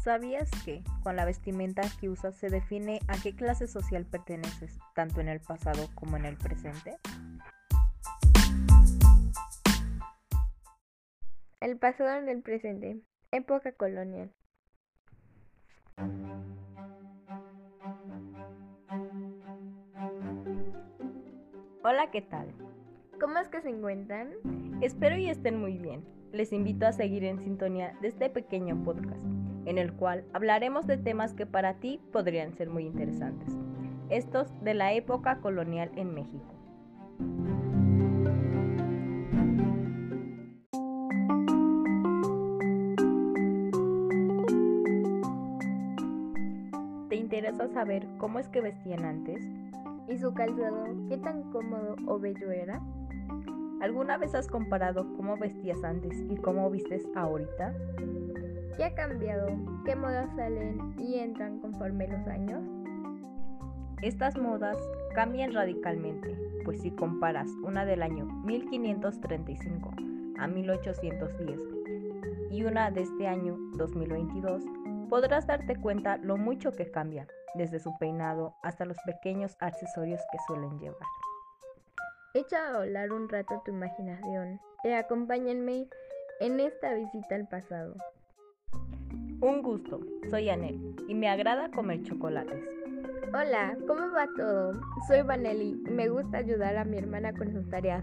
¿Sabías que con la vestimenta que usas se define a qué clase social perteneces, tanto en el pasado como en el presente? El pasado en el presente, época colonial. Hola, ¿qué tal? ¿Cómo es que se encuentran? Espero y estén muy bien. Les invito a seguir en sintonía de este pequeño podcast, en el cual hablaremos de temas que para ti podrían ser muy interesantes. Estos de la época colonial en México. ¿Te interesa saber cómo es que vestían antes? ¿Y su calzado qué tan cómodo o bello era? ¿Alguna vez has comparado cómo vestías antes y cómo vistes ahorita? ¿Qué ha cambiado? ¿Qué modas salen y entran conforme los años? Estas modas cambian radicalmente, pues si comparas una del año 1535 a 1810 y una de este año 2022, podrás darte cuenta lo mucho que cambia, desde su peinado hasta los pequeños accesorios que suelen llevar. Echa a volar un rato tu imaginación y acompáñenme en esta visita al pasado. Un gusto, soy Anel y me agrada comer chocolates. Hola, ¿cómo va todo? Soy Vanelli y me gusta ayudar a mi hermana con sus tareas.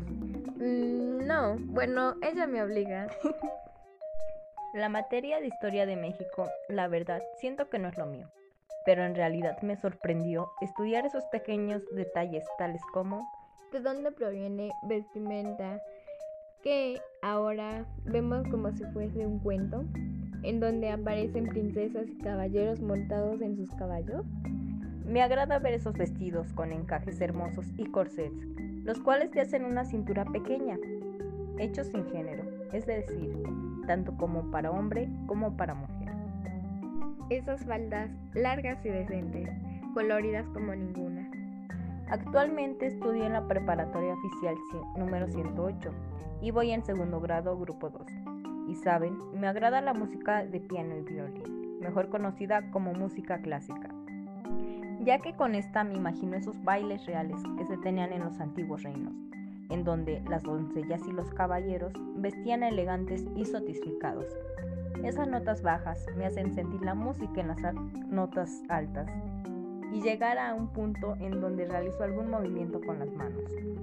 Ella me obliga. La materia de historia de México, la verdad, siento que no es lo mío, pero en realidad me sorprendió estudiar esos pequeños detalles tales como ¿De dónde proviene vestimenta que ahora vemos como si fuese un cuento, en donde aparecen princesas y caballeros montados en sus caballos? me agrada ver esos vestidos con encajes hermosos y corsets, los cuales te hacen una cintura pequeña, hechos sin género, es decir, tanto como para hombre como para mujer. Esas faldas largas y decentes, coloridas como ninguna. Actualmente estudio en la preparatoria oficial número 108 y voy en segundo grado grupo 2. Y saben, me agrada la música de piano y violín, mejor conocida como música clásica, ya que con esta me imagino esos bailes reales que se tenían en los antiguos reinos, en donde las doncellas y los caballeros vestían elegantes y sofisticados. Esas notas bajas me hacen sentir la música en las notas altas y llegar a un punto en donde realizo algún movimiento con las manos.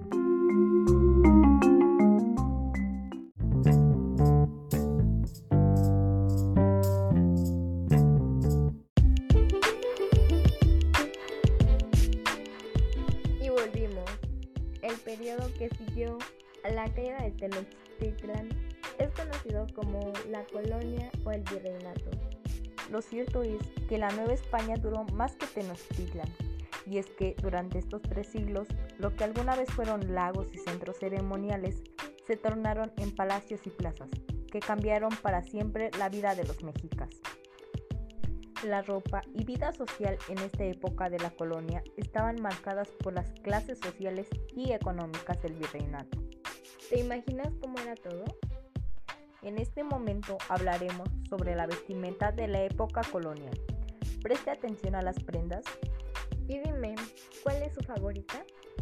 Y volvimos. El periodo que siguió a la caída de Tenochtitlan es conocido como la colonia o el virreinato. Lo cierto es que la Nueva España duró más que Tenochtitlan, y es que durante estos 3 siglos, lo que alguna vez fueron lagos y centros ceremoniales, se tornaron en palacios y plazas, que cambiaron para siempre la vida de los mexicas. La ropa y vida social en esta época de la colonia estaban marcadas por las clases sociales y económicas del virreinato. ¿Te imaginas cómo era todo? En este momento hablaremos sobre la vestimenta de la época colonial. Preste atención a las prendas. Y dime, ¿cuál es su favorita?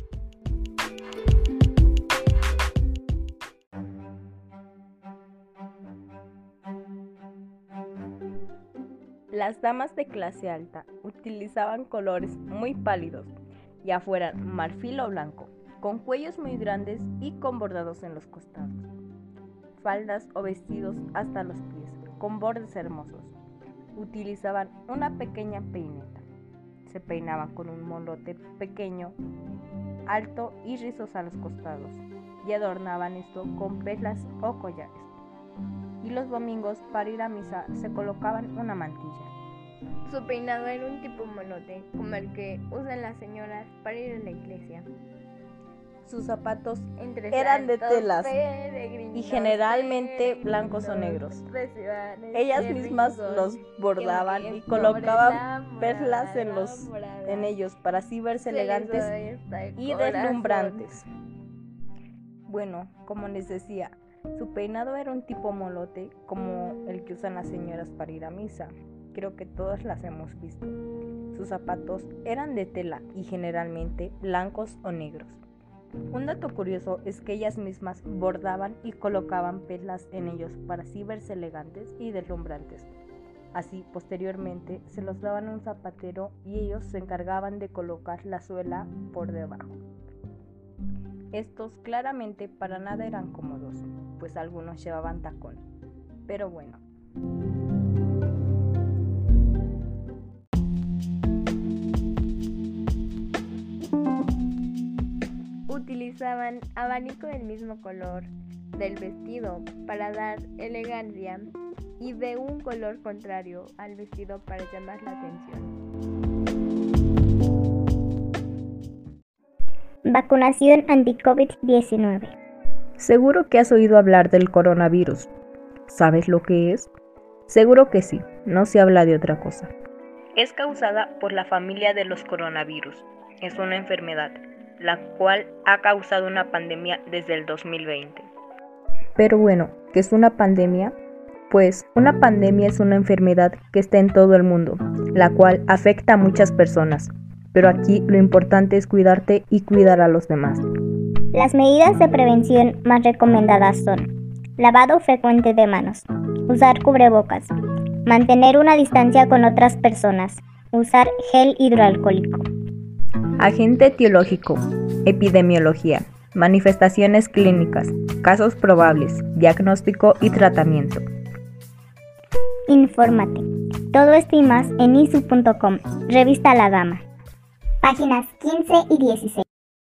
Las damas de clase alta utilizaban colores muy pálidos, ya fueran marfil o blanco, con cuellos muy grandes y con bordados en los costados. Faldas o vestidos hasta los pies, con bordes hermosos. Utilizaban una pequeña peineta. Se peinaban con un molote pequeño, alto y rizos a los costados, y adornaban esto con perlas o collares. Y los domingos para ir a misa se colocaban una mantilla. Su peinado era un tipo molote, como el que usan las señoras para ir a la iglesia. Sus zapatos eran de telas y generalmente blancos o negros. Ellas mismas los bordaban y colocaban perlas en ellos para así verse elegantes y deslumbrantes. Bueno, como les decía, su peinado era un tipo molote como el que usan las señoras para ir a misa. creo que todas las hemos visto. Sus zapatos eran de tela y generalmente blancos o negros. Un dato curioso es que ellas mismas bordaban y colocaban perlas en ellos para así verse elegantes y deslumbrantes. Así, posteriormente, se los daban a un zapatero y ellos se encargaban de colocar la suela por debajo. Estos claramente para nada eran cómodos, pues algunos llevaban tacón. Pero bueno. Utilizaban abanico del mismo color del vestido para dar elegancia y de un color contrario al vestido para llamar la atención. Vacunación anti-COVID-19. Seguro que has oído hablar del coronavirus. ¿Sabes lo que es? Seguro que sí, no se habla de otra cosa. Es causada por la familia de los coronavirus. Es una enfermedad, la cual ha causado una pandemia desde el 2020. Pero bueno, ¿qué es una pandemia? Pues una pandemia es una enfermedad que está en todo el mundo, la cual afecta a muchas personas. Pero aquí lo importante es cuidarte y cuidar a los demás. Las medidas de prevención más recomendadas son lavado frecuente de manos, usar cubrebocas, mantener una distancia con otras personas, usar gel hidroalcohólico. Agente etiológico, epidemiología, manifestaciones clínicas, casos probables, diagnóstico y tratamiento. Infórmate. Todo esto y más en isu.com, revista La Dama. Páginas 15 y 16.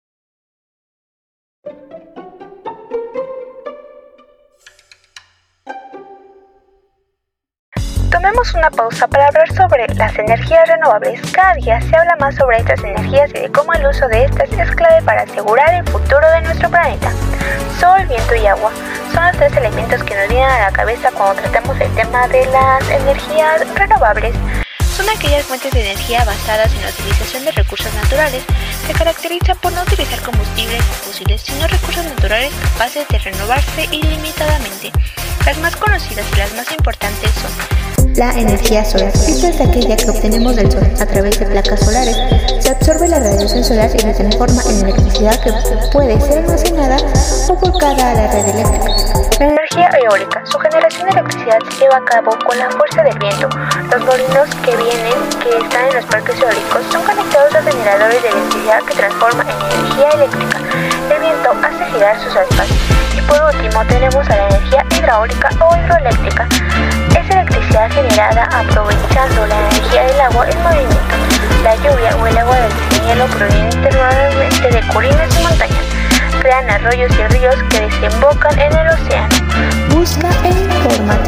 Tomemos una pausa para hablar sobre las energías renovables. Cada día se habla más sobre estas energías y de cómo el uso de estas es clave para asegurar el futuro de nuestro planeta. Sol, viento y agua son los tres elementos que nos vienen a la cabeza cuando tratamos el tema de las energías renovables. Son aquellas fuentes de energía basadas en la utilización de recursos naturales. Se caracterizan por no utilizar combustibles fósiles, sino recursos naturales capaces de renovarse ilimitadamente. Las más conocidas y las más importantes son la energía solar. Esta es aquella que obtenemos del sol a través de placas solares. Se absorbe la radiación solar y se transforma en electricidad que puede ser almacenada o volcada a la red eléctrica. La energía eólica. Su generación de electricidad se lleva a cabo con la fuerza del viento. Los molinos que están en los parques eólicos son conectados a generadores de electricidad que transforman en energía eléctrica. El viento hace girar sus aspas. Y por último tenemos a la energía hidráulica o hidroeléctrica. Es electricidad generada aprovechando la energía del agua en movimiento. La lluvia o el agua del deshielo proviene normalmente de colinas y montañas. Crean arroyos y ríos que desembocan en el océano. Busca e infórmate.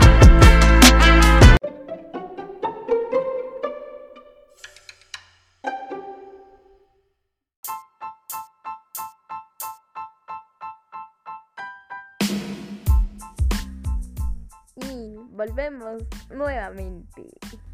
Y volvemos nuevamente.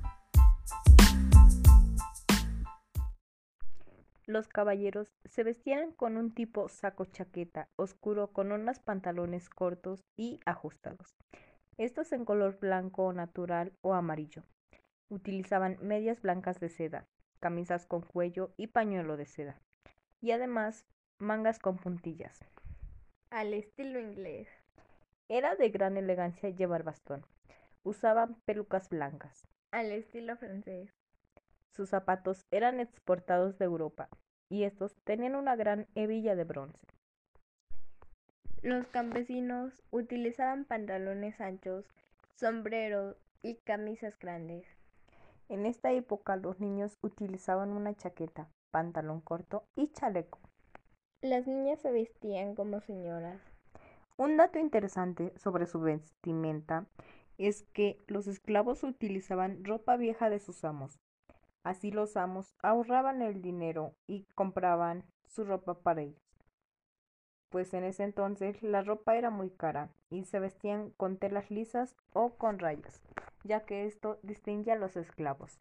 Los caballeros se vestían con un tipo saco chaqueta oscuro con unos pantalones cortos y ajustados. Estos en color blanco natural o amarillo. Utilizaban medias blancas de seda, camisas con cuello y pañuelo de seda. Y además mangas con puntillas. Al estilo inglés. Era de gran elegancia llevar bastón. Usaban pelucas blancas. Al estilo francés. Sus zapatos eran exportados de Europa y estos tenían una gran hebilla de bronce. Los campesinos utilizaban pantalones anchos, sombreros y camisas grandes. En esta época los niños utilizaban una chaqueta, pantalón corto y chaleco. Las niñas se vestían como señoras. Un dato interesante sobre su vestimenta es que los esclavos utilizaban ropa vieja de sus amos. Así los amos ahorraban el dinero y compraban su ropa para ellos. Pues en ese entonces la ropa era muy cara y se vestían con telas lisas o con rayas, ya que esto distingue a los esclavos.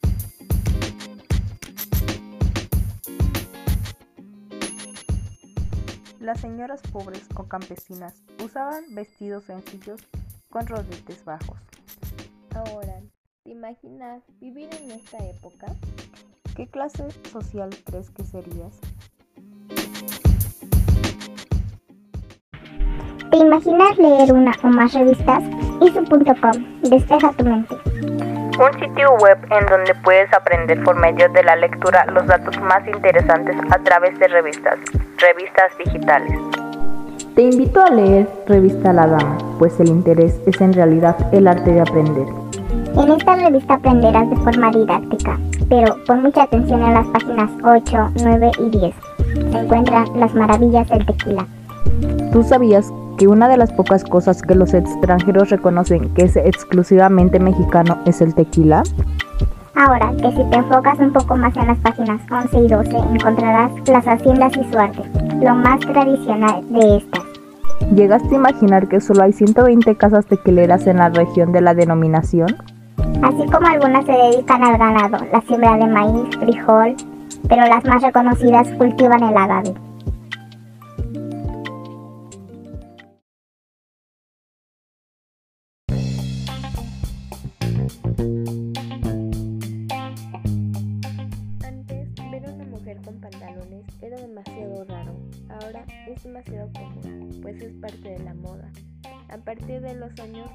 Las señoras pobres o campesinas usaban vestidos sencillos con rodetes bajos. Ahora, ¿Te imaginas vivir en esta época? ¿Qué clase social crees que serías? ¿Te imaginas leer una o más revistas? Isu.com, despeja tu mente. Un sitio web en donde puedes aprender por medio de la lectura los datos más interesantes a través de revistas digitales. Te invito a leer Revista La Dama, pues el interés es en realidad el arte de aprender. En esta revista aprenderás de forma didáctica, pero pon mucha atención en las páginas 8, 9 y 10. Se encuentran las maravillas del tequila. ¿Tú sabías que una de las pocas cosas que los extranjeros reconocen que es exclusivamente mexicano es el tequila? Ahora que si te enfocas un poco más en las páginas 11 y 12 encontrarás las haciendas y su arte, lo más tradicional de estas. ¿Llegaste a imaginar que solo hay 120 casas tequileras en la región de la denominación? Así como algunas se dedican al ganado, la siembra de maíz, frijol, pero las más reconocidas cultivan el agave. Antes, ver a una mujer con pantalones era demasiado raro. Ahora es demasiado común, pues es parte de la moda. A partir de los años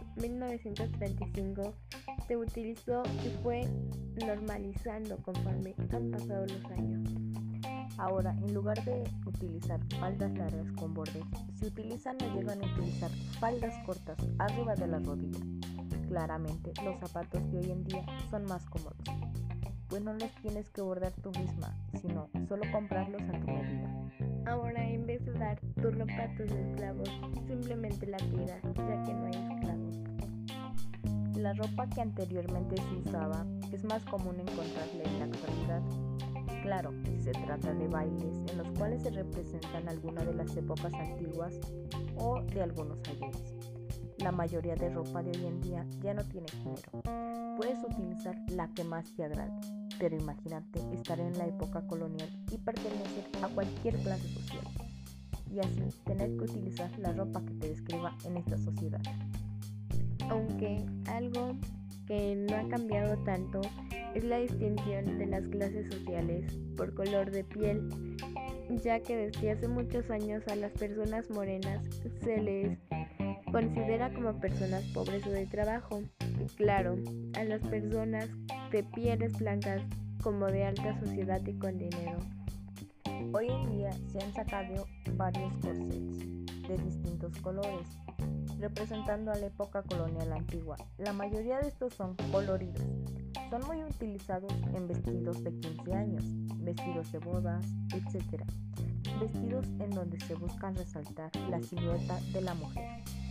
1935 se utilizó y fue normalizando conforme han pasado los años. Ahora, en lugar de utilizar faldas largas con bordes, se utilizan o llegan a utilizar faldas cortas arriba de la rodilla. Claramente, los zapatos de hoy en día son más cómodos, pues no los tienes que bordar tú misma, sino solo comprarlos a tu medida. Ahora, en vez de dar tu ropa a tus esclavos, simplemente la tiras, ya que no hay esclavos. La ropa que anteriormente se usaba es más común encontrarla en la actualidad. Claro, si se trata de bailes en los cuales se representan algunas de las épocas antiguas o de algunos ayeres. La mayoría de ropa de hoy en día ya no tiene género. Puedes utilizar la que más te agrade, pero imagínate estar en la época colonial y pertenecer a cualquier clase social, y así tener que utilizar la ropa que te describa en esta sociedad. Aunque algo que no ha cambiado tanto es la distinción de las clases sociales por color de piel, ya que desde hace muchos años a las personas morenas se les considera como personas pobres o de trabajo, y claro, a las personas de pieles blancas como de alta sociedad y con dinero. Hoy en día se han sacado varios corsets de distintos colores, representando a la época colonial antigua. La mayoría de estos son coloridos. Son muy utilizados en vestidos de 15 años, vestidos de bodas, etc. Vestidos en donde se buscan resaltar la silueta de la mujer.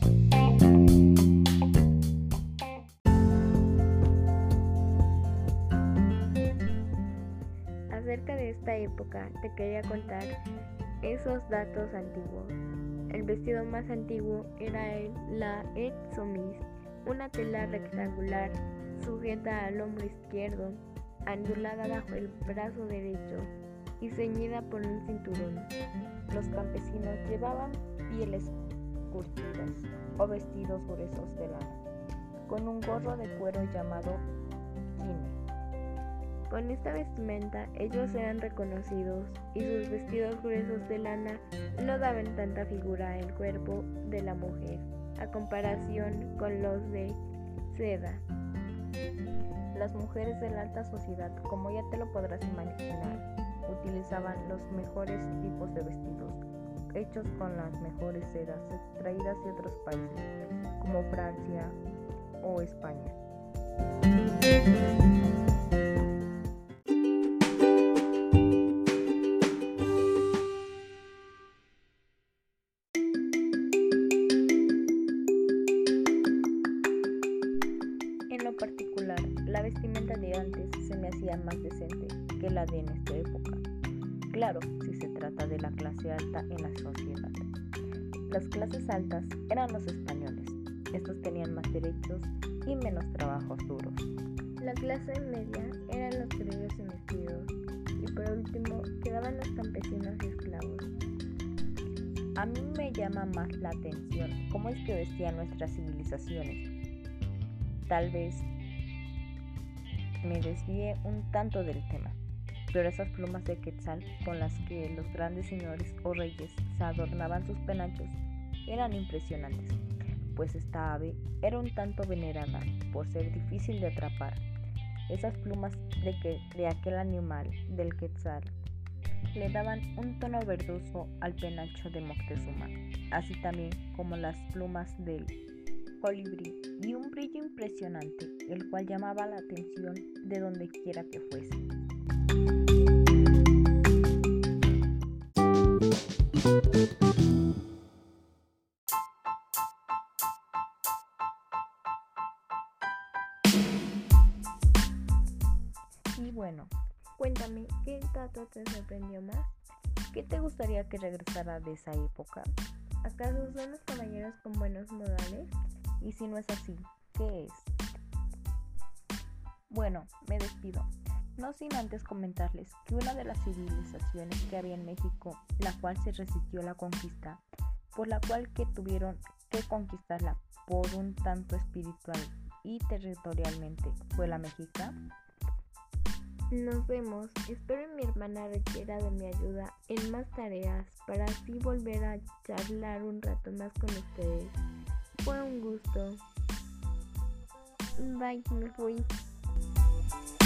Acerca de esta época te quería contar esos datos antiguos. El vestido más antiguo era la etzomis, una tela rectangular sujeta al hombro izquierdo, ondulada bajo el brazo derecho y ceñida por un cinturón. Los campesinos llevaban pieles curtidas o vestidos gruesos de lana, con un gorro de cuero llamado quine. Con esta vestimenta ellos eran reconocidos y sus vestidos gruesos de lana no daban tanta figura al cuerpo de la mujer, a comparación con los de seda. Las mujeres de la alta sociedad, como ya te lo podrás imaginar, utilizaban los mejores tipos de vestidos, hechos con las mejores sedas extraídas de otros países, como Francia o España. En lo particular, la vestimenta de antes se me hacía más decente que la de en esta época. Claro, si se trata de la clase alta en la sociedad. Las clases altas eran los españoles. Estos tenían más derechos y menos trabajos duros. La clase media eran los plebeos y mestidos, y por último quedaban los campesinos y esclavos. A mí me llama más la atención cómo es que vestían nuestras civilizaciones. Tal vez me desvié un tanto del tema, pero esas plumas de quetzal con las que los grandes señores o reyes se adornaban sus penachos eran impresionantes, pues esta ave era un tanto venerada por ser difícil de atrapar. Esas plumas de aquel animal del quetzal le daban un tono verdoso al penacho de Moctezuma, así también como las plumas del colibrí, y un brillo impresionante, el cual llamaba la atención de donde quiera que fuese. Y bueno, Cuéntame, ¿qué dato te sorprendió más? ¿qué te gustaría que regresara de esa época? ¿Acaso son los caballeros con buenos modales? Y si no es así, ¿qué es? Bueno, me despido, no sin antes comentarles que una de las civilizaciones que había en México, la cual se resistió a la conquista, por la cual que tuvieron que conquistarla por un tanto espiritual y territorialmente, fue la mexica. Nos vemos. Espero que mi hermana requiera de mi ayuda en más tareas para así volver a charlar un rato más con ustedes. Fue un gusto. Bye, me fui.